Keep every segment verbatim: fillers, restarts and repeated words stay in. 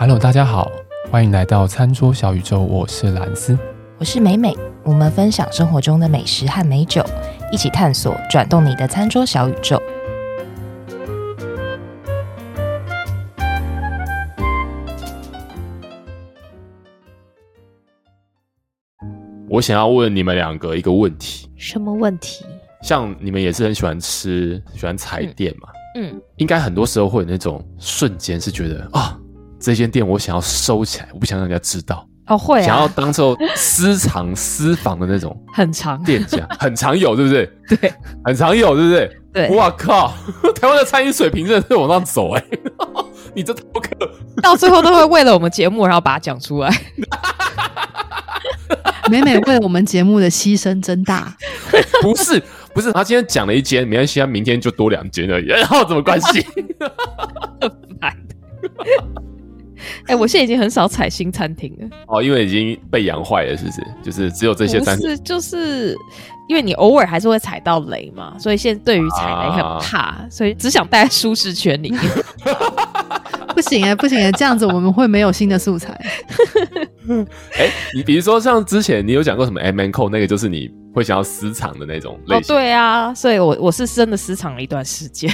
Hello， 大家好，欢迎来到餐桌小宇宙，我是蓝斯， 我是美美，我们分享生活中的美食和美酒，一起探索转动你的餐桌小宇宙。 我想要问你们两个一个问题。 什么问题？ 像你们也是很喜欢吃喜欢踩店嘛，嗯，嗯应该很多时候会有那种瞬间是觉得啊，这间店我想要收起来，我不想让人家知道。 哦，会啊， 想要当做私藏私房的那种很常店家很常有，对不对？ 对， 很常有，对不对？ 对， 哇靠，台湾的餐饮水平真的是往上走哎、欸！你这不可到最后都会为了我们节目然后把它讲出来。 美美为了我们节目的牺牲真大。 不是不是，他今天讲了一间，没关系，他明天就多两间而已，然后怎么关系？ 哎、欸，我现在已经很少踩新餐厅了哦，因为已经被养坏了，是不是？就是只有这些餐厅， 不是，就是因为你偶尔还是会踩到雷嘛，所以现在对于踩雷很怕，啊、所以只想待在舒适圈里面。 不行哎、欸，不行哎、欸，这样子我们会没有新的素材。 哎、欸，你比如说像之前你有讲过什么 M and Co 那个，就是你会想要私藏的那种类型。 哦，对啊，所以我我是真的私藏了一段时间。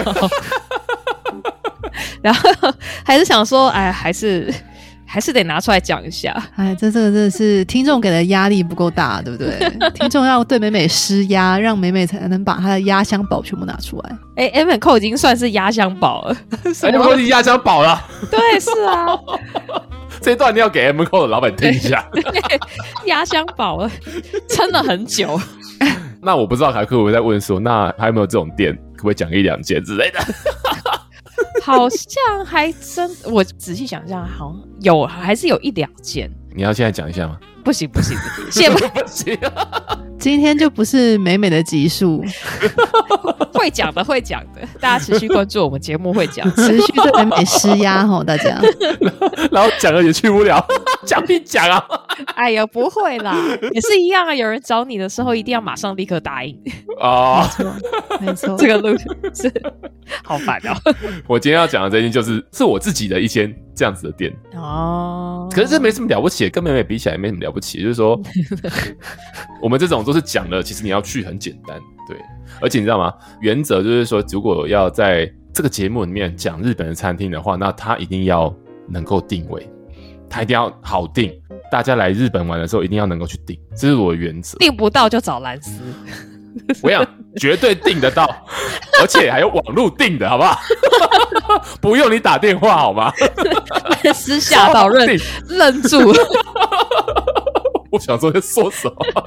然后还是想说，哎，还是还是得拿出来讲一下。 哎，这这个真的是听众给的压力不够大，对不对？听众要对美美施压，让美美才能把她的压箱宝全部拿出来。 哎 ，M and Co 已经算是压箱宝了。 哎 ，M and Co 已经压箱宝了。 对，是啊。 这一段你要给 M and Co 的老板听一下。 压箱宝了，撑了很久。 那我不知道凯克会不会在问说，那还有没有这种店，可不可以讲一两间之类的？ 好像还真，我仔细想想，好像有，还是有一两件。 你要现在讲一下吗？ 不行不行，现在不行。 今天就不是美美的集数， 会讲的会讲的，大家持续关注我们节目会讲， 持续对美美施压吼，大家。 然后讲了也去不了，讲屁讲啊！ 哎呀，不会啦，也是一样啊。有人找你的时候，一定要马上立刻答应。 哦， 没错， 这个路是好烦哦。 我今天要讲的这间就是是我自己的一间这样子的店哦，可是这没什么了不起，跟美美比起来没什么了不起，就是说我们这种都是讲了，其实你要去很简单，对。而且你知道吗？原则就是说，如果要在这个节目里面讲日本的餐厅的话，那它一定要能够定位，它一定要好定。大家来日本玩的时候，一定要能够去定，这是我的原则。 定不到就找蓝斯。 我想绝对订得到，而且还有网路订的，好不好？不用你打电话，好吗？ 蓝斯吓到愣愣住了。 我想说在说什么？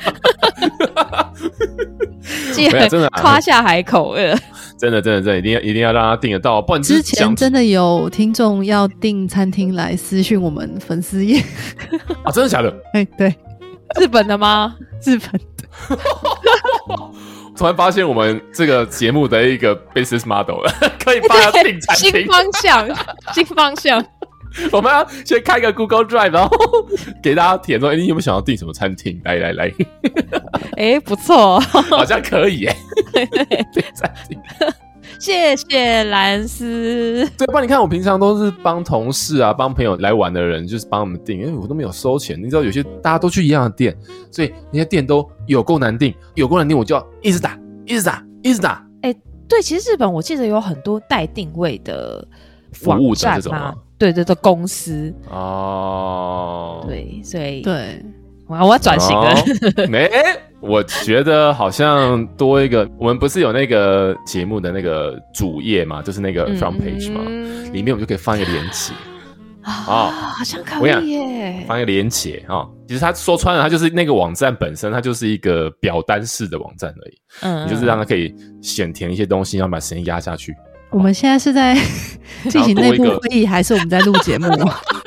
竟然夸下海口了。 真的，真的，真的，一定要一定要让他订得到，不然之前真的有听众要订餐厅来私讯我们粉丝页啊，真的假的？ 哎、欸，对， 日本的吗？ 日本的。 突然发现我们这个节目的一个 business model 了，可以帮他订餐厅， 新方向，新方向。 我们要先开个 Google Drive， 然后给大家填说，欸，你有没有想要订什么餐厅？来来来， 哎、欸，不错， 好像可以耶。订餐厅， 谢谢蓝斯。 对，不然你看我平常都是帮同事啊、帮朋友来玩的人，就是帮他们订，因为我都没有收钱。你知道有些大家都去一样的店，所以那些店都有够难订，有够难订，我就要一直打、一直打、一直打。 哎、欸，对，其实日本我记得有很多带定位的服务的这种吗？ 对对对，公司哦， 对，所以对， 我我要转型了。 哦，没，我觉得好像多一个，我们不是有那个节目的那个主页嘛，就是那个 front page 嘛，嗯，里面我们就可以放一个连结啊，哦，好像可以耶， 放一个连结啊，哦。其实他说穿了，它就是那个网站本身，它就是一个表单式的网站而已。嗯，你就是让它可以选填一些东西，然后把时间压下去。 我们现在是在进行内部会议，还是我们在录节目？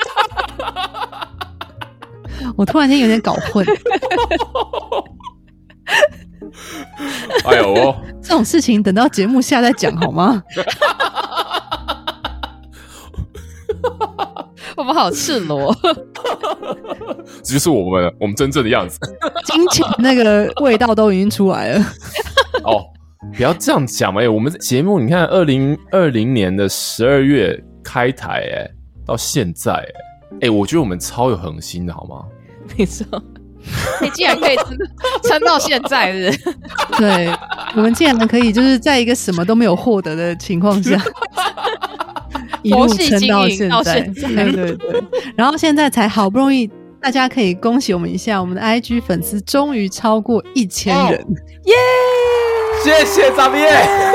我突然间有点搞混。 哎呦哦， 这种事情等到节目下再讲好吗？ 我们好赤裸， 这就是我们我们真正的样子。 金钱那个味道都已经出来了。 哦。不要这样讲嘛！我们节目你看，二零二零年的十二月开台，哎， 到现在、欸，哎、欸，我觉得我们超有恒心的好吗？ 你说，你竟然可以撑到现在是不是？ 对，我们竟然可以就是在一个什么都没有获得的情况下，一路撑到现在，对对对。然后现在才好不容易，大家可以恭喜我们一下，我们的 I G 粉丝终于超过一千人， 耶、 哦！谢谢咱们耶！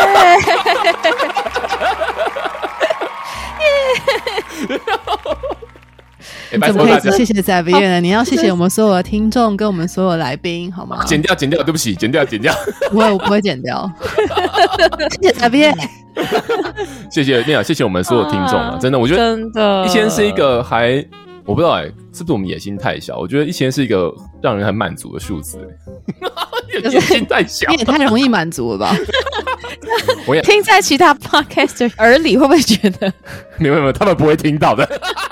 你怎么可以只谢谢 Xavier 呢？你要谢谢我们所有的听众跟我们所有的来宾，好吗？ 剪掉，剪掉，对不起，剪掉，剪掉。 不会，我不会剪掉。谢谢 Xavier， 谢谢那谢谢我们所有听众啊！真的，我觉得真的一千是一个还我不知道哎、欸，是不是我们野心太小？我觉得一千是一个让人很满足的数字、欸，野心太小， 你也太容易满足了吧？ 我也听在其他 podcaster 耳里会不会觉得？ 没有没有，他们不会听到的。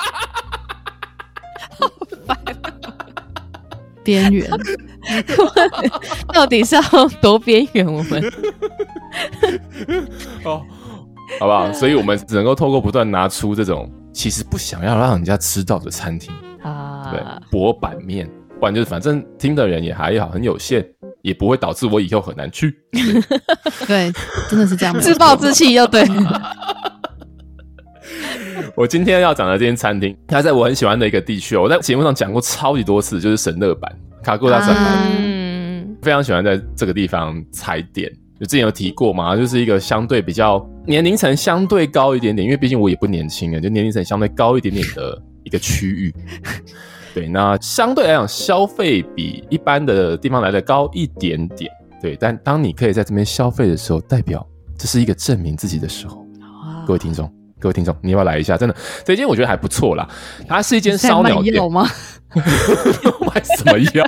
边缘， 到底是要多边缘？我们哦，好不好？所以我们只能够透过不断拿出这种其实不想要让人家吃到的餐厅啊，对，博版面，不然就是反正听的人也还好，很有限，也不会导致我以后很难去。 对，真的是这样， 自暴自弃又对。 我今天要讲的这间餐厅，它在我很喜欢的一个地区、哦、我在节目上讲过超级多次，就是神乐坂卡库拉神坂，嗯，非常喜欢在这个地方踩点。就之前有提过嘛，就是一个相对比较年龄层相对高一点点，因为毕竟我也不年轻了，就年龄层相对高一点点的一个区域。对，那相对来讲消费比一般的地方来的高一点点。对，但当你可以在这边消费的时候，代表这是一个证明自己的时候。各位听众。各位听众，你要不要来一下？真的，这间我觉得还不错啦。它是一间烧鸟店。 在卖药吗？ 卖什么药？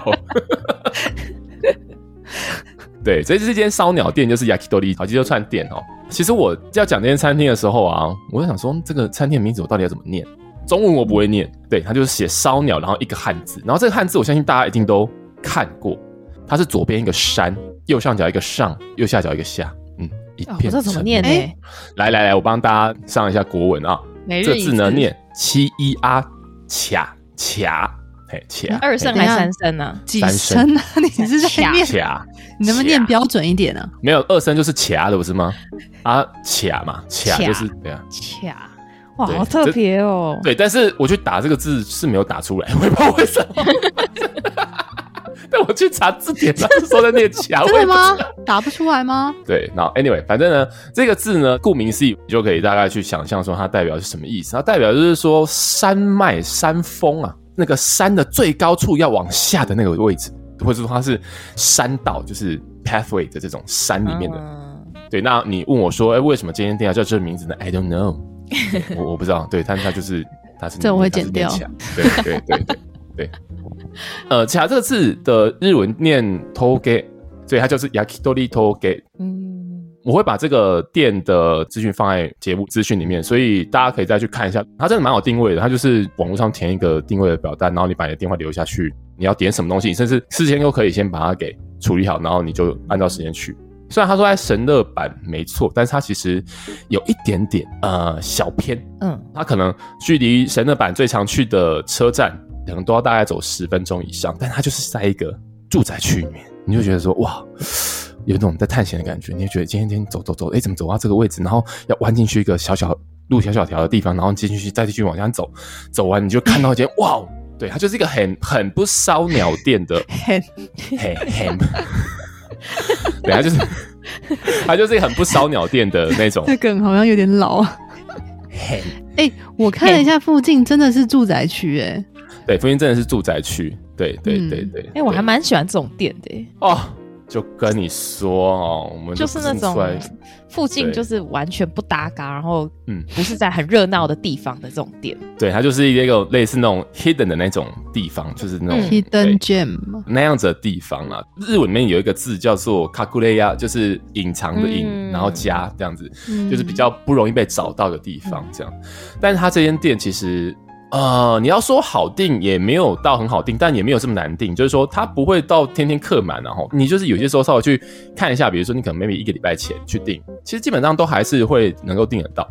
对，这是一间烧鸟店，就是 Yakitori 烤鸡肉串店哦。其实我要讲这间餐厅的时候啊，我在想说，这个餐厅的名字我到底要怎么念？中文我不会念，对，它就是写烧鸟，然后一个汉字，然后这个汉字我相信大家一定都看过，它是左边一个山，右上角一个上，右下角一卡下。嗯，一片、哦、 不知道怎么念呢、欸？ 来来来，我帮大家上一下国文啊。这字呢念七一啊卡卡，嘿卡。 二声还三声呢、啊？ 几声啊？你是在念卡？ 你能不能念标准一点啊？ 没有，二声就是卡的不是吗？啊卡嘛，卡就是对啊， 卡。哇，好特别哦。 对，但是我去打这个字是没有打出来，我也不知道为什么。但我去查字典，那时候在念卡， 真的吗？打不出来吗？ 对，然后 anyway， 反正呢，这个字呢，顾名思义，你就可以大概去想象说它代表是什么意思。它代表就是说山脉、山峰啊，那个山的最高处要往下的那个位置，或者说它是山道，就是 pathway 的这种山里面的。嗯、对，那你问我说，哎，为什么今天店要叫这个名字呢 ？I don't know， 我我不知道。对，但它就是它是这我会剪掉。 对对对对对。呃，卡这个字的日文念 toge， 所以它就是 yakitori toge。嗯，我会把这个店的资讯放在节目资讯里面，所以大家可以再去看一下。它真的蛮好定位的，它就是网络上填一个定位的表单，然后你把你的电话留下去，你要点什么东西，你甚至事先都可以先把它给处理好，然后你就按照时间去。虽然他说在神乐坂没错，但是他其实有一点点呃小偏，嗯，他可能距离神乐坂最常去的车站。可能都要大概走十分钟以上，但它就是在一个住宅区里面，你就觉得说哇，有一种在探险的感觉。你就觉得今天今天走走走，哎，怎么走到这个位置，然后要弯进去一个小小路小小条的地方，然后进去再继续往下走，走完你就看到一间哇，对，它就是一个很很不烧鸟店的，很很很，对，它就是它就是一个很不烧鸟店的那种。 这梗好像有点老。哎、欸，我看了一下，附近真的是住宅区，哎。 对，附近真的是住宅区，对对对对。 哎、嗯欸，我还蛮喜欢这种店的耶。 哦，就跟你说哦，我们 就, 就是那种附近就是完全不搭嘎，然后嗯，不是在很热闹的地方的这种店。 对，它就是一个类似那种 hidden 的那种地方，就是那种、嗯、 hidden gem 那样子的地方啊。日文里面有一个字叫做 kakureya， 就是隐藏的隐、嗯，然后家这样子、嗯，就是比较不容易被找到的地方这样。嗯、但是它这间店其实。呃，你要说好订也没有到很好订，但也没有这么难订，就是说它不会到天天客满，然后你就是有些时候稍微去看一下，比如说你可能 maybe 一个礼拜前去订，其实基本上都还是会能够订得到。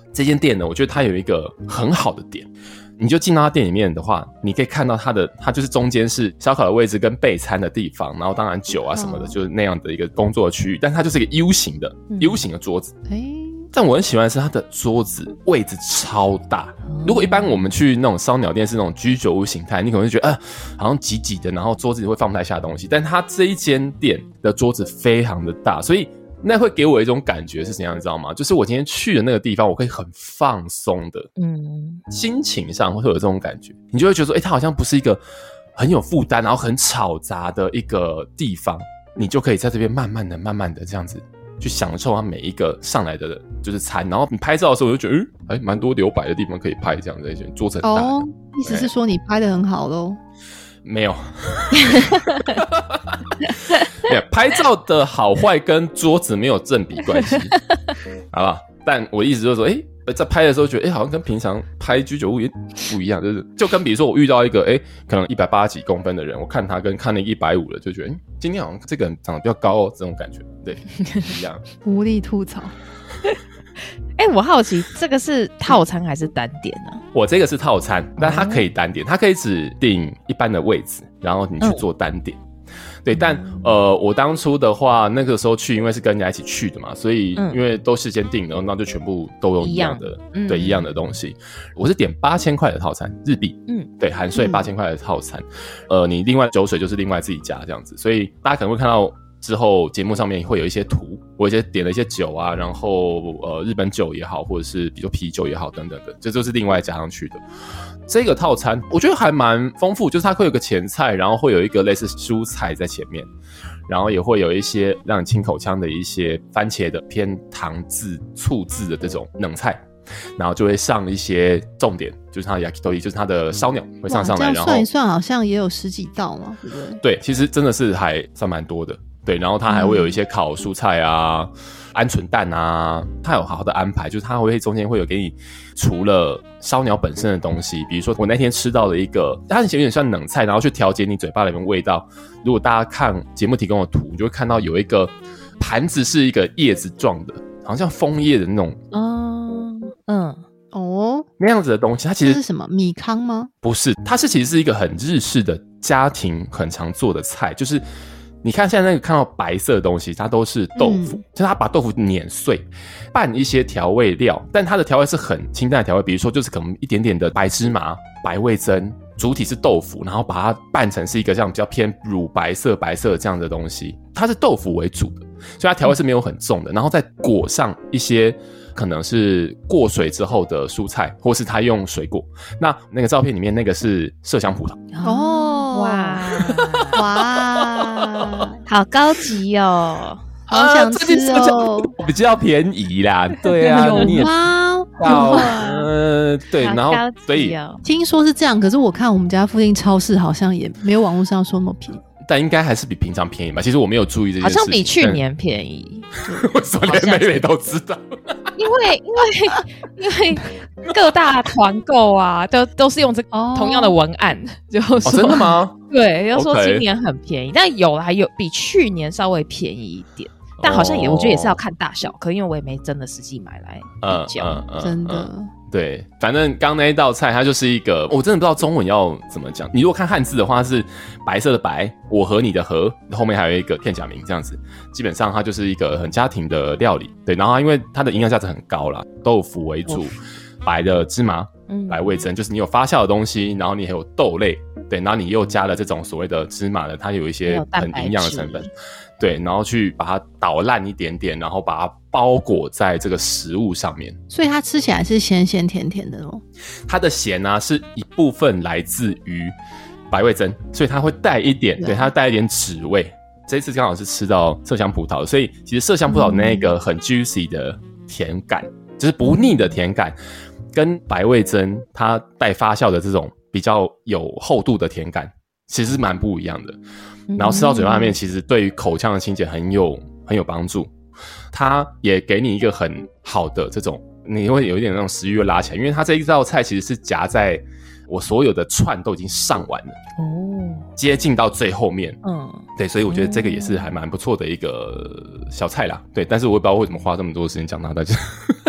这间店呢，我觉得它有一个很好的点，你就进到它店里面的话，你可以看到它的，它就是中间是烧烤的位置跟备餐的地方，然后当然酒啊什么的，就是那样的一个工作的区域，但它就是一个 U 型的、嗯、U 型的桌子。欸但我很喜欢的是它的桌子位置超大。如果一般我们去那种烧鸟店是那种居酒屋形态，你可能会觉得，呃，好像挤挤的，然后桌子会放不太下东西。但它这一间店的桌子非常的大，所以那会给我一种感觉是怎样，你知道吗？就是我今天去的那个地方，我可以很放松的，嗯，心情上会有这种感觉，你就会觉得说，哎、欸，它好像不是一个很有负担，然后很吵杂的一个地方，你就可以在这边慢慢的、慢慢的这样子。去享受它每一个上来的就是餐，然后你拍照的时候我就觉得，哎、欸，蛮多留白的地方可以拍，这样子桌子很大。 哦，意思是说你拍得很好咯？ 没有，没有，拍照的好坏跟桌子没有正比关系，好不好？但我的意思就是说，哎、欸，在拍的时候觉得，哎、欸，好像跟平常拍居酒屋也不一样，就是就跟比如说我遇到一个，哎、欸，可能一百八十几公分的人，我看他跟看那个一百五的，就觉得，哎、欸，今天好像这个人长得比较高哦，这种感觉，对，一样。 无力吐槽。 哎、欸，我好奇这个是套餐还是单点呢、啊？ 我这个是套餐，但它可以单点，它可以指定一般的位置，然后你去做单点。嗯对，但呃，我当初的话，那个时候去，因为是跟人家一起去的嘛，所以因为都事先订的，那就全部都用一样的，嗯、对，一样的东西。我是点八千块的套餐，日币，嗯，对，含税八千块的套餐。呃，你另外酒水就是另外自己加这样子，所以大家可能会看到之后节目上面会有一些图，我一些点了一些酒啊，然后呃，日本酒也好，或者是比如啤酒也好等等的，这就是另外加上去的。这个套餐我觉得还蛮丰富，就是它会有个前菜，然后会有一个类似蔬菜在前面，然后也会有一些让你清口腔的一些番茄的偏糖渍醋渍的这种冷菜，然后就会上一些重点，就是它的 yakitori， 就是它的烧鸟会上上来， 这样算一算好像也有十几道嘛，对不对？ 对，其实真的是还算蛮多的。对，然后它还会有一些烤蔬菜啊、鹌鹑蛋啊，它有好好的安排，就是它会中间会有给你除了烧鸟本身的东西，比如说我那天吃到了一个，它有点像冷菜，然后去调节你嘴巴里面味道。如果大家看节目提供的图，你就会看到有一个盘子是一个叶子状的，好像枫叶的那种，嗯嗯哦， 那样子的东西，它其实是什么米糠吗？ 不是，它是其实是一个很日式的家庭很常做的菜，就是。你看现在那个看到白色的东西，它都是豆腐，嗯、就是它把豆腐碾碎，拌一些调味料，但它的调味是很清淡的调味，比如说就是可能一点点的白芝麻、白味噌，主体是豆腐，然后把它拌成是一个这样比较偏乳白色、白色这样的东西，它是豆腐为主的，所以它调味是没有很重的，然后再裹上一些可能是过水之后的蔬菜，或是它用水果。那那个照片里面那个是麝香葡萄哦，哇哇， 好高级哦， 好想吃哦， 啊、比较便宜啦，对啊， 有吗？ 到呃对，然后所以听说是这样，可是我看我们家附近超市好像也没有网络上说那么便宜。 但应该还是比平常便宜吧？其实我没有注意这件事情， 好像比去年便宜。 为什么连妹妹都知道？ 因为因为因为各大团购啊，都都是用这同样的文案，就说、 哦、真的吗？ 对，要说今年很便宜， okay. 但有还有比去年稍微便宜一点，但好像也、oh. 我觉得也是要看大小，可因为我也没真的实际买来比较， 嗯嗯嗯、 真的。 对，反正刚那一道菜它就是一个，我真的不知道中文要怎么讲。你如果看汉字的话是白色的白，我和你的和，后面还有一个片假名这样子，基本上它就是一个很家庭的料理。对，然后它因为它的营养价值很高啦，豆腐为主，白的芝麻、白味噌，就是你有发酵的东西，然后你还有豆类，对，然后你又加了这种所谓的芝麻的，它有一些很营养的成分。对，然后去把它捣烂一点点，然后把它包裹在这个食物上面， 所以它吃起来是咸咸甜甜的咯。 它的咸啊是一部分来自于白味噌，所以它会带一点， 对, 对它带一点脂味。这一次刚好是吃到麝香葡萄，所以其实麝香葡萄那个很 juicy 的甜感，嗯、就是不腻的甜感，跟白味噌它带发酵的这种比较有厚度的甜感，其实是蛮不一样的。然后吃到嘴巴里面，其实对于口腔的清洁很有很有帮助。它也给你一个很好的这种，你会有一点那种食欲拉起来，因为它这一道菜其实是夹在我所有的串都已经上完了，哦，接近到最后面，嗯，对，所以我觉得这个也是还蛮不错的一个小菜啦，对，但是我也不知道为什么花这么多时间讲它，但是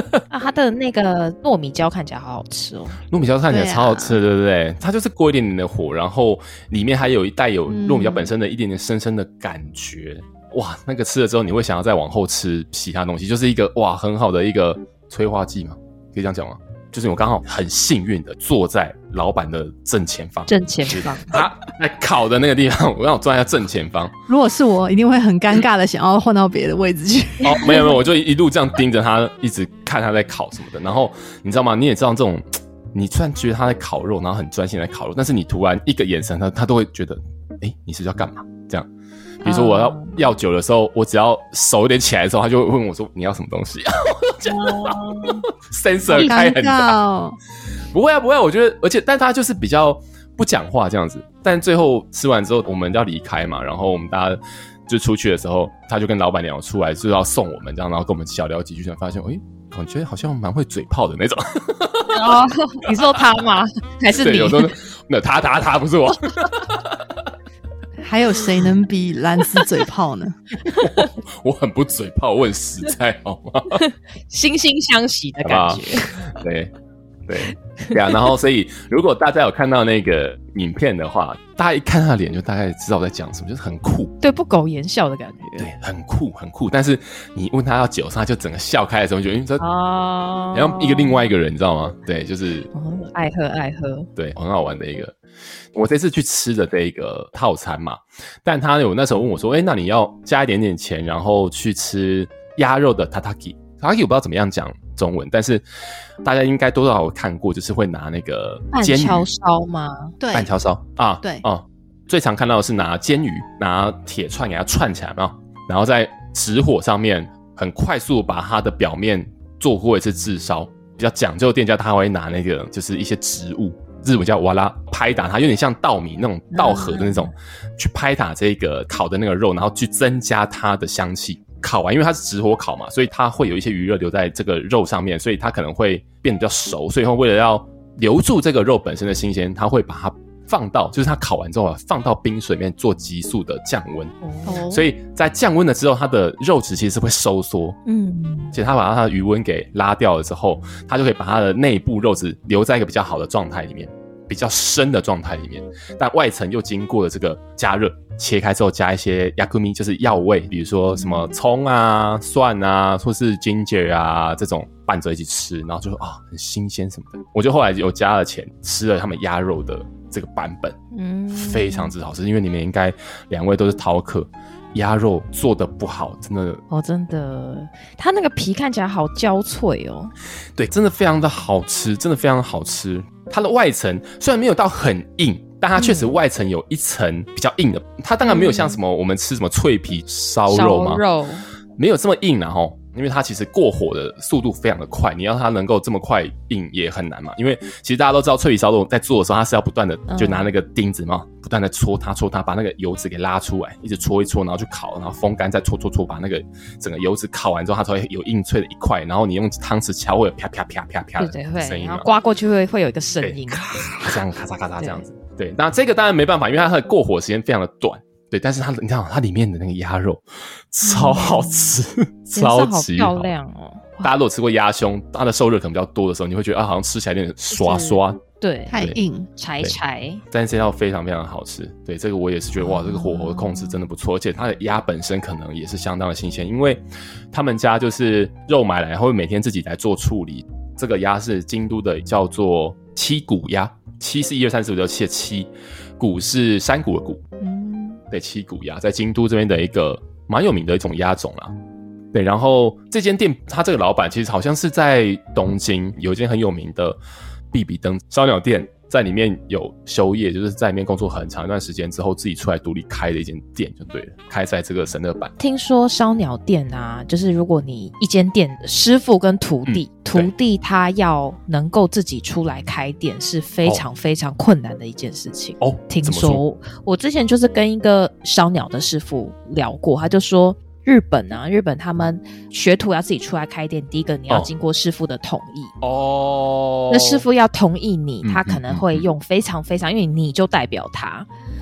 啊，它的那个糯米椒看起来好好吃哦， 糯米椒看起来超好吃的，对不对？它就是过一点点的火，然后里面还有一带有糯米椒本身的一点点深深的感觉。嗯哇，那个吃了之后，你会想要再往后吃其他东西，就是一个哇很好的一个催化剂嘛，可以这样讲吗？就是我刚好很幸运的坐在老板的正前方， 正前方， 他在烤的那个地方，我让我坐在他正前方。 如果是我，一定会很尴尬的想要换到别的位置去。 哦，没有没有，我就一路这样盯着他，一直看他在烤什么的。然后你知道吗？你也知道这种，你虽然觉得他在烤肉，然后很专心在烤肉，但是你突然一个眼神，他他都会觉得，哎，你是不是要干嘛？这样。比如说我要要酒的时候，我只要手有点起来的时候，他就会问我说：“你要什么东西？”sensor 开很大，不会啊，不会啊。我觉得，而且，但他就是比较不讲话这样子。但最后吃完之后，我们要离开嘛，然后我们大家就出去的时候，他就跟老板娘出来，就要送我们这样，然后跟我们小聊几句，才发现，哎，我觉得好像蛮会嘴炮的那种。 哦，你说他吗？还是你？ 对，有时候没有他，他，他不是我。 还有谁能比兰斯嘴炮呢？ 我, 我很不嘴炮，我很实在，好吗？ 惺惺相惜的感觉。 对对对啊！然后，所以如果大家有看到那个影片的话，大家一看他的脸就大概知道我在讲什么，就是很酷， 对，不苟言笑的感觉， 对，很酷很酷。但是你问他要酒，他就整个笑开的时候，就觉得这好像一个另外一个人，你知道吗？对，就是、 哦、爱喝爱喝， 对，很好玩的一个。我这次去吃的这个套餐嘛，但他有那时候问我说：“哎、欸，那你要加一点点钱，然后去吃鸭肉的 tataki。” tataki 我不知道怎么样讲中文，但是大家应该多少有看过，就是会拿那个煎鱼半敲烧吗？ 对， 半敲烧啊， 对哦、嗯，最常看到的是拿煎鱼，拿铁串给它串起来嘛，然后在直火上面很快速把它的表面做过一次炙烧。比较讲究的店家，他会拿那个就是一些植物。日文叫瓦拉，拍打它，有点像稻米那种稻禾的那种，嗯、去拍打这个烤的那个肉，然后去增加它的香气。烤完，因为它是直火烤嘛，所以它会有一些余热留在这个肉上面，所以它可能会变得比较熟。所以为了要留住这个肉本身的新鲜，它会把它放到，就是它烤完之后放到冰水里面做急速的降温。哦、所以在降温了之后，它的肉质其实是会收缩。嗯，而且它把它的余温给拉掉了之后，它就可以把它的内部肉质留在一个比较好的状态里面。比较深的状态里面，但外层又经过了这个加热，切开之后加一些 yakumi， 就是药味，比如说什么葱啊、蒜啊，或是 ginger 啊这种拌着一起吃，然后就说啊很新鲜什么的。我就后来有加了钱，吃了他们鸭肉的这个版本，嗯，非常之好吃，因为你们应该两位都是饕客。鸭肉做的不好，真的哦，真的，它那个皮看起来好焦脆哦。 对，真的非常的好吃，真的非常的好吃。它的外层虽然没有到很硬，但它确实外层有一层比较硬的。它当然没有像什么、嗯、我们吃什么脆皮烧肉嘛，烧肉没有这么硬啦齁。因为它其实过火的速度非常的快，你要它能够这么快硬也很难嘛。因为其实大家都知道脆皮烧肉在做的时候，它是要不断的就拿那个钉子嘛，不断的戳它戳它，把那个油脂给拉出来，一直戳一戳，然后去烤，然后风干再戳戳戳，把那个整个油脂烤完之后，它才会有硬脆的一块。然后你用汤匙敲会有啪啪啪啪啪的声音嘛， 然后刮过去会会有一个声音， 这样咔嚓咔嚓这样子。对，那这个当然没办法，因为它的过火时间非常的短。对，但是它，你看它里面的那个鸭肉超好吃，嗯、超级好漂亮哦！ 大家如果吃过鸭胸，它的受热可能比较多的时候，你会觉得啊，好像吃起来有点刷刷， 对， 太硬， 柴柴。 但是这道非常非常好吃，对，这个我也是觉得哇，这个火候的控制真的不错，而且它的鸭本身可能也是相当的新鲜，因为他们家就是肉买来会每天自己来做处理。这个鸭是京都的，叫做七谷鸭，七是一二三四五六七的七，谷是山谷的谷。嗯。对，七谷鸭在京都这边的一个蛮有名的一种鸭种啦。对，然后这间店，他这个老板其实好像是在东京有一间很有名的必比登烧鸟店，在里面有修业，就是在里面工作很长一段时间之后，自己出来独立开的一间店就对了，开在这个神乐坂。 听说烧鸟店啊，就是如果你一间店的师傅跟徒弟，嗯、徒弟他要能够自己出来开店是非常非常困难的一件事情。 哦， 听说我之前就是跟一个烧鸟的师傅聊过，他就说。日本啊，日本他们学徒要自己出来开店，第一个你要经过师傅的同意哦。那师傅要同意你，他可能会用非常非常，因为你就代表他，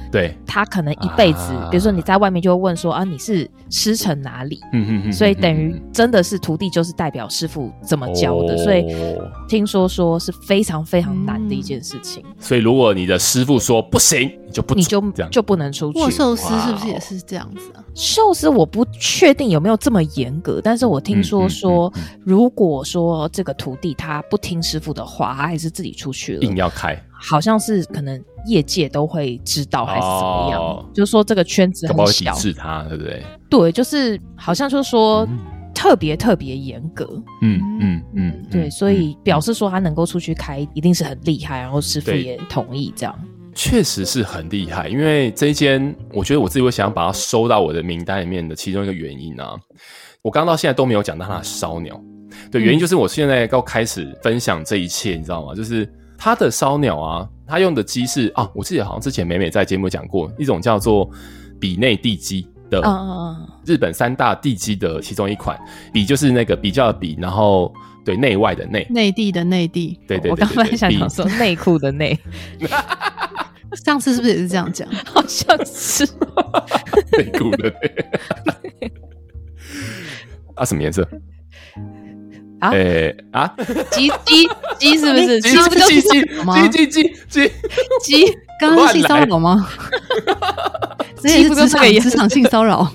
对， 他可能一辈子、啊、比如说你在外面就会问说啊，你是师承哪里、嗯、哼哼哼，所以等于真的是徒弟就是代表师父怎么教的、哦、所以听说说是非常非常难的一件事情、嗯、 所以如果你的师父说不行，你就不你就就不能出去。 握寿司是不是也是这样子啊？ 寿司我不确定有没有这么严格，但是我听说说、嗯嗯嗯嗯、如果说这个徒弟他不听师父的话，他还是自己出去了， 硬要开， 好像是可能业界都会知道还是怎么样、哦、就是说这个圈子很小， 抵制他，对不对？ 对，就是好像就是说、嗯、特别特别严格， 嗯嗯嗯， 对，所以表示说他能够出去开一定是很厉害，然后师父也同意这样。 确实是很厉害，因为这一间我觉得我自己会想要把它收到我的名单里面的其中一个原因啊，我刚到现在都没有讲到它的烧鸟，对，原因就是我现在要开始分享这一切，你知道吗？就是它的烧鸟啊，它用的鸡是啊，我记得好像之前美美在节目讲过一种叫做比内地鸡的，日本三大地鸡的其中一款，比就是那个比较的比，然后对内外的内， 内地的内地， 对对对对对， 我刚刚想讲说内裤的内。 上次是不是也是这样讲？ 好像是内裤的内。啊，什么颜色？ 啊？ 诶、欸、啊？ 鸡鸡鸡是不是？ 鸡不就是鸡鸡鸡鸡鸡鸡？ 刚刚是性骚扰吗？这也是职场职场性骚扰。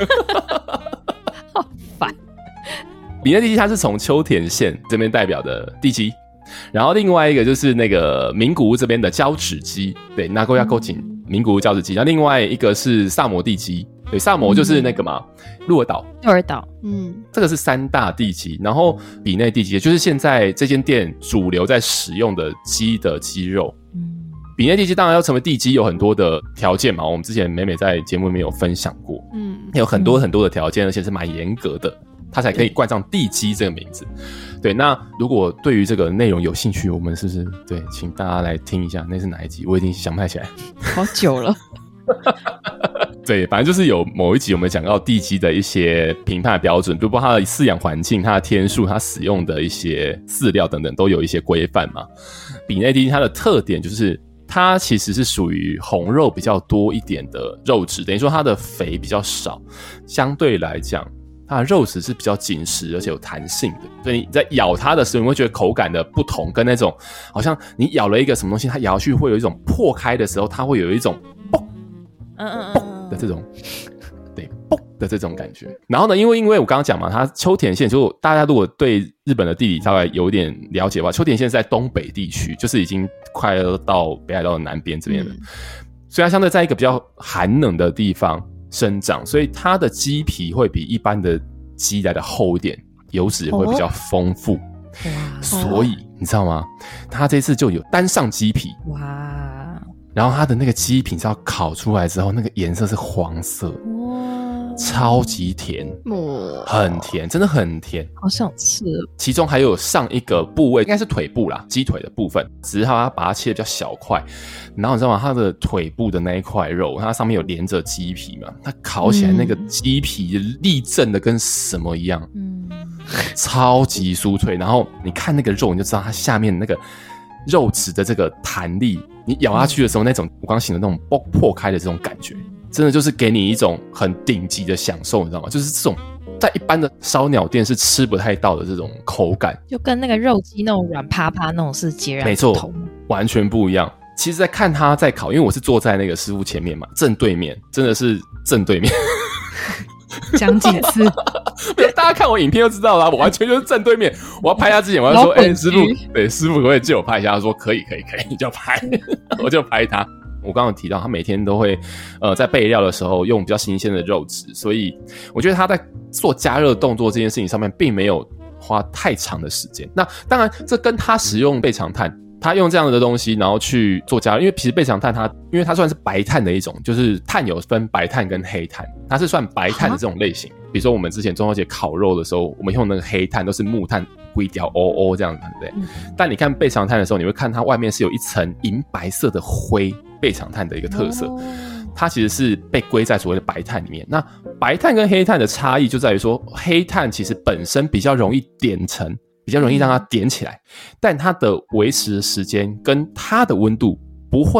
好烦。 比内地鸡它是从秋田县这边代表的地鸡。然后另外一个就是那个名古屋这边的交趾鸡，对 Nagoya Gojin 名古屋交趾鸡。然后另外一个是萨摩地鸡，对，萨摩就是那个嘛，鹿儿岛， 鹿儿岛， 嗯， 这个是三大地鸡。然后比内地鸡就是现在这间店主流在使用的鸡的鸡肉。嗯，比内地鸡当然要成为地鸡有很多的条件嘛，我们之前美美在节目里面有分享过，嗯，有很多很多的条件，而且是蛮严格的。它才可以冠上地鸡这个名字。对，那如果对于这个内容有兴趣，我们是不是对，请大家来听一下，那是哪一集？我已经想不太起来， 好久了。 对，反正就是有某一集我们讲到地鸡的一些评判标准，包括它的饲养环境、它的天数、它使用的一些饲料等等，都有一些规范嘛。比内地鸡它的特点就是它其实是属于红肉比较多一点的肉质，等于说它的肥比较少，相对来讲它的肉质是比较紧实而且有弹性的，所以你在咬它的时候，你会觉得口感的不同，跟那种好像你咬了一个什么东西，它咬下去会有一种破开的时候，它会有一种嘣嘣的这种，对，嘣的这种感觉。然后呢，因为因为我刚刚讲嘛，它秋田县就大家如果对日本的地理大概有一点了解的话，秋田县是在东北地区，就是已经快要到北海道的南边这边了，嗯、所以它相对在一个比较寒冷的地方生长，所以它的鸡皮会比一般的鸡来的厚一点，油脂也会比较丰富。哇！所以你知道吗？它这次就有单上鸡皮。哇！然后它的那个鸡皮，你知道烤出来之后，那个颜色是黄色。哇！超级甜，哇，很甜，真的很甜， 好想吃。 其中还有上一个部位，应该是腿部啦，鸡腿的部分，只是它把它切得比较小块。然后你知道吗？它的腿部的那一块肉，它上面有连着鸡皮嘛，它烤起来那个鸡皮立正的跟什么一样，嗯，超级酥脆。然后你看那个肉，你就知道它下面那个肉质的这个弹力，你咬下去的时候，那种我刚刚形容那种破破开的这种感觉。真的就是给你一种很顶级的享受，你知道吗？就是这种在一般的烧鸟店是吃不太到的这种口感， 就跟那个肉鸡那种软趴趴那种是截然不同， 没错，完全不一样。其实在看他在烤，因为我是坐在那个师傅前面嘛，正对面，真的是正对面。 讲几次？ 大家看我影片就知道啦，我完全就是正对面。我要拍他之前，我要说：“哎、欸，师傅，对，师傅可不可以借我拍一下？”他说：“可以，可以，可以。”你就拍，我就拍他。我刚刚有提到，他每天都会，呃，在备料的时候用比较新鲜的肉质，所以我觉得他在做加热动作这件事情上面，并没有花太长的时间。那当然，这跟他使用倍长炭，他用这样的东西，然后去做加热，因为其实倍长炭它，因为它算是白炭的一种，就是炭有分白炭跟黑炭，它是算白炭的这种类型。比如说我们之前中秋节烤肉的时候，我们用那个黑炭都是木炭，灰条哦哦这样子，对不对？嗯、但你看倍长炭的时候，你会看它外面是有一层银白色的灰。倍长炭的一个特色，它其实是被归在所谓的白炭里面。那白炭跟黑炭的差异就在于说，黑炭其实本身比较容易点成，比较容易让它点起来，但它的维持的时间跟它的温度不会有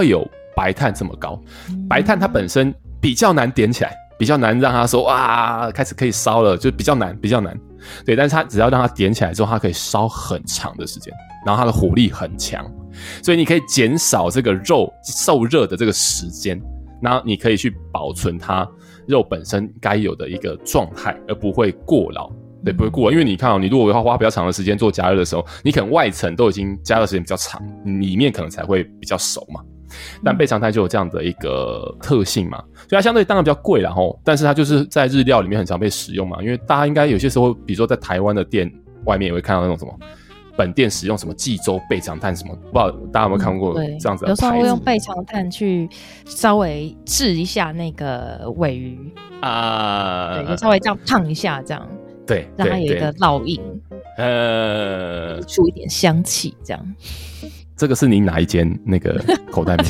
白炭这么高。白炭它本身比较难点起来，比较难让它说哇开始可以烧了，就比较难比较难。对，但是它只要让它点起来之后，它可以烧很长的时间，然后它的火力很强，所以你可以减少这个肉受热的这个时间，然后你可以去保存它肉本身该有的一个状态，而不会过老。对，不会过，因为你看哦，你如果要花比较长的时间做加热的时候，你可能外层都已经加热时间比较长，里面可能才会比较熟嘛。但备长炭就有这样的一个特性嘛，所以它相对当然比较贵啦齁，但是它就是在日料里面很常被使用嘛。因为大家应该有些时候，比如说在台湾的店外面也会看到那种什么本店使用什么济州备长炭什么，不知道大家有没有看过这样子的牌子？ 有时候会用备长炭去稍微治一下那个鲔鱼啊，对，就稍微这样烫一下这样。 对， 让它有一个烙印， 呃， 出一点香气，这样。 这个是你哪一间那个口袋名？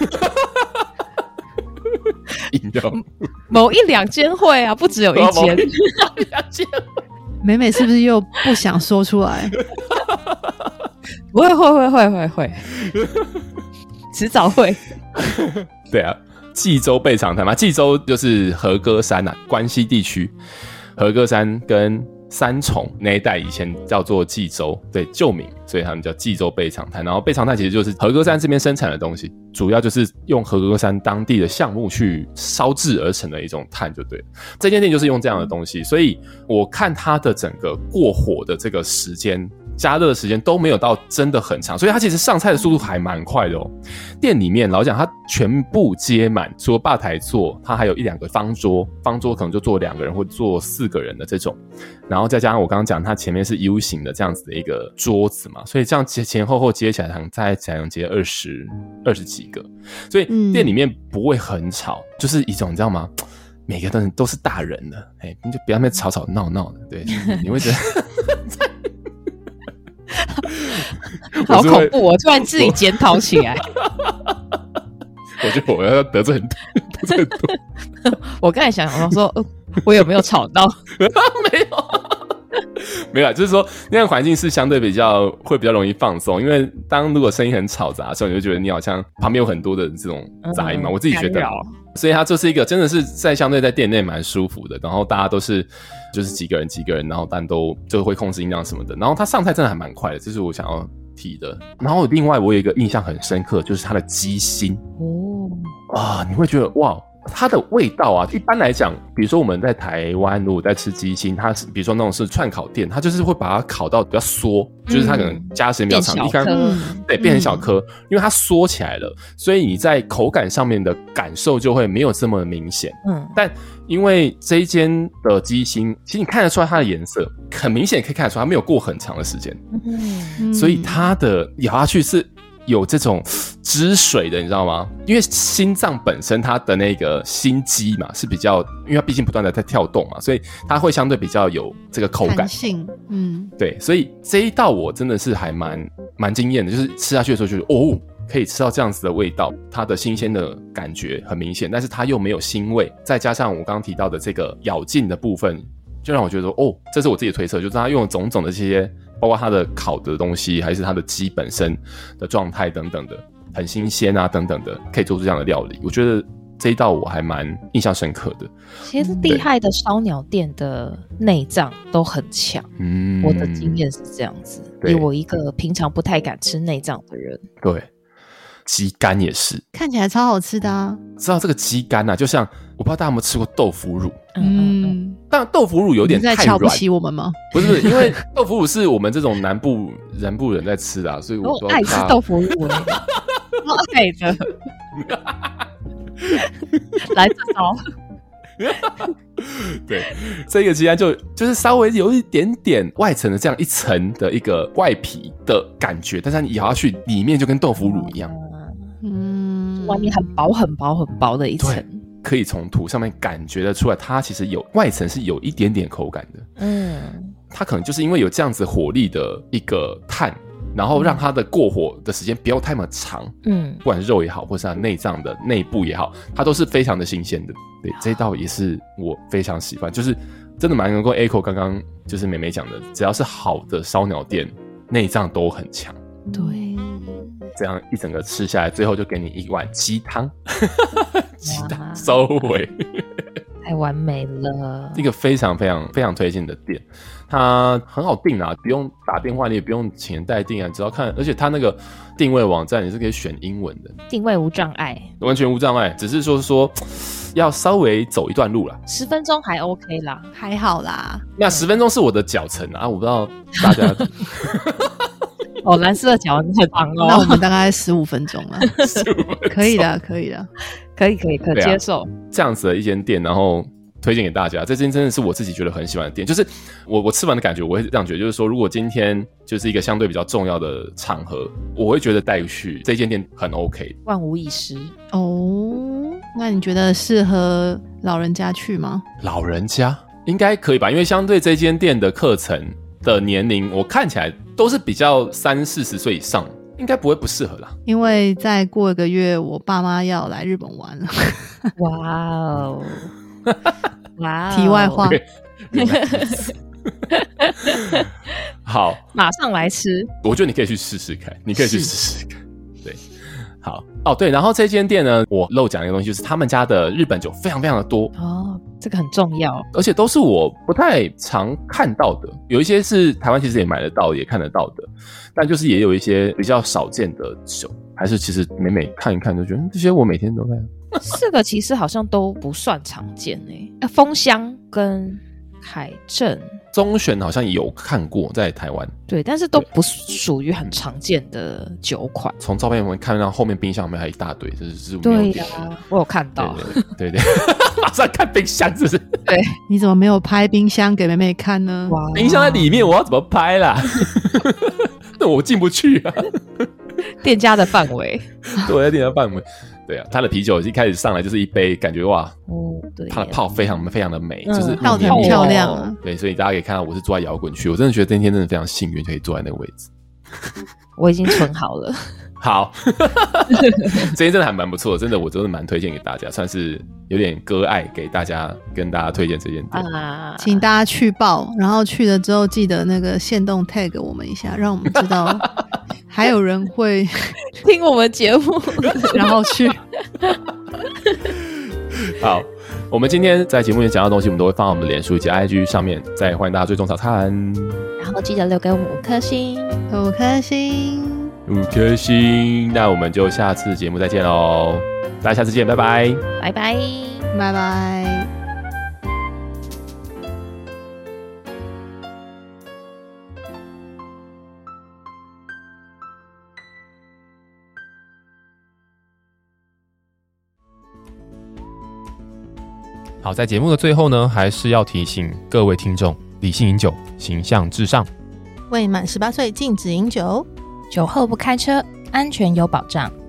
饮料某一两间会啊，不只有一间。 两间， 美美是不是又不想说出来？ 不会，会会会会会，迟早会。 对啊，济州备长炭嘛，济州就是和歌山啊，关西地区。和歌山跟三重那一带以前叫做济州，对，旧名，所以他们叫济州备长炭。然后备长炭其实就是和歌山这边生产的东西，主要就是用和歌山当地的橡木去烧制而成的一种炭就对了。这间店就是用这样的东西，所以我看它的整个过火的这个时间加热的时间都没有到真的很长，所以它其实上菜的速度还蛮快的哦。店里面老讲它全部接满，除了吧台座，它还有一两个方桌，方桌可能就坐两个人或坐四个人的这种，然后再加上我刚刚讲它前面是 U 型的这样子的一个桌子嘛，所以这样前前后后接起来大概才能接二十二十几个，所以店里面不会很吵，就是一种你知道吗？每个人都是大人了，哎，你就不要那边吵吵闹闹的，对，你会觉得。 好恐怖！我突然自己检讨起来。 我觉得我要得罪很多，得罪很多。 我刚才想想说，呃、我有没有吵到？ 没有，没有，就是说那个环境是相对比较会比较容易放松，因为当如果声音很吵杂的时候，你就觉得你好像旁边有很多的这种杂音嘛。嗯、我自己觉得，所以它就是一个真的是在相对在店内蛮舒服的，然后大家都是。就是几个人几个人，然后但都就会控制音量什么的，然后它上菜真的还蛮快的，这是我想要提的。然后另外我有一个印象很深刻，就是它的鸡心哦啊，你会觉得哇，它的味道啊，一般来讲，比如说我们在台湾如果在吃鸡心，它是比如说那种是串烤店，它就是会把它烤到比较缩，嗯、就是它可能加的时间比较长，一般对变成小颗，嗯、因为它缩起来了，所以你在口感上面的感受就会没有这么明显。嗯，但因为这一间的鸡心，其实你看得出来它的颜色，很明显可以看得出来它没有过很长的时间，嗯、所以它的咬下去是有这种汁水的，你知道吗？因为心脏本身它的那个心肌嘛是比较，因为它毕竟不断的在跳动嘛，所以它会相对比较有这个口感性，嗯， 对，所以这一道我真的是还蛮蛮惊艳的，就是吃下去的时候觉得哦。可以吃到这样子的味道，它的新鲜的感觉很明显，但是它又没有腥味，再加上我刚刚提到的这个咬劲的部分，就让我觉得说，哦，这是我自己的推测，就是它用了种种的这些，包括它的烤的东西，还是它的鸡本身的状态等等的，很新鲜啊等等的，可以做出这样的料理。我觉得这一道我还蛮印象深刻的。 其实厉害的烧鸟店的内脏都很强，嗯，我的经验是这样子，以我一个平常不太敢吃内脏的人， 对。鸡肝也是， 看起来超好吃的啊！ 知道这个鸡肝啊，就像我不知道大家有没有吃过豆腐乳，嗯，但豆腐乳有点太软， 你在瞧不起我们吗？ 不是，不是，因为豆腐乳是我们这种南部南部人在吃的、啊，所以我我爱吃豆腐乳，我爱的，来这招。 对，这个鸡肝就就是稍微有一点点外层的这样一层的一个外皮的感觉，但是你咬下去里面就跟豆腐乳一样， 嗯，外面很薄很薄很薄的一层， 可以从图上面感觉得出来，它其实有外层是有一点点口感的，嗯，它可能就是因为有这样子火力的一个碳。然后让它的过火的时间不要太么长，嗯，不管是肉也好，或是它内脏的内部也好，它都是非常的新鲜的。对，这一道也是我非常喜欢，就是真的蛮能够 echo 刚刚就是美美讲的，只要是好的烧鸟店，内脏都很强。 对， 这样一整个吃下来，最后就给你一碗鸡汤，鸡汤收尾， 太完美了。 一个非常非常非常推荐的店，它很好订啊，不用打电话，你也不用请人代订啊，只要看，而且它那个定位网站你是可以选英文的， 定位无障碍， 完全无障碍，只是说说要稍微走一段路啦， 十分钟还 OK 啦， 还好啦。 那十分钟是我的脚程啊，我不知道大家。 哦，蓝色的脚很棒哦。 那我们大概十五分钟了，可以的，可以的， 可以，可以，可接受。 啊、这样子的一间店，然后推荐给大家。这间真的是我自己觉得很喜欢的店，就是我我吃完的感觉，我会这样觉得，就是说，如果今天就是一个相对比较重要的场合，我会觉得带去这间店很 OK， 万无一失哦。那你觉得适合老人家去吗？ 老人家应该可以吧，因为相对这间店的课程的年龄，我看起来都是比较三四十岁以上，应该不会不适合啦。 因为再过一个月，我爸妈要来日本玩了。 哇哦，哇！ 题外话， 好， 马上来吃。 我觉得你可以去试试看，你可以去试试看。对，好哦，对，然后这间店呢，我漏讲一个东西，就是他们家的日本酒非常非常的多哦，这个很重要， 而且都是我不太常看到的，有一些是台湾其实也买得到也看得到的，但就是也有一些比较少见的酒，还是其实每每看一看就觉得这些我每天都在。 这个其实好像都不算常见诶、欸，枫香跟海正。 中选好像有看过在台湾， 对，但是都不属于很常见的酒款。 从照片我们看到后面冰箱里面还有一大堆，这是对呀、啊，我有看到， 对 对, 对, 对马上看冰箱，是不是？ 对， 你怎么没有拍冰箱给妹妹看呢？ 哇，冰箱在里面，我要怎么拍啦？那我进不去啊。 店家的范围， 对，在店家范围。对啊，他的啤酒一开始上来就是一杯，感觉哇， 哦，对， 他的泡非常非常的美， 嗯、 就是泡得很漂亮啊。 对，所以大家可以看到我是坐在摇滚区，我真的觉得今天真的非常幸运，可以坐在那个位置。 我已经存好了。 好，这间真的还蛮不错的，真的我真的蛮推荐给大家，算是有点割爱给大家，跟大家推荐这间店啊， 请大家去报，然后去了之后记得那个限动 tag 我们一下，让我们知道还有人会听我们节目， 然后去。 好，我们今天在节目里讲到的东西，我们都会放到我们的脸书以及 I G 上面，再欢迎大家追踪早餐， 然后记得留给我们五颗星， 五颗星。 五颗星，那我们就下次节目再见喽！大家下次见，拜拜， 拜拜， 拜拜。 好，在节目的最后呢，还是要提醒各位听众，理性饮酒，形象至上， 未满十八岁禁止饮酒。 酒后不开车，安全有保障。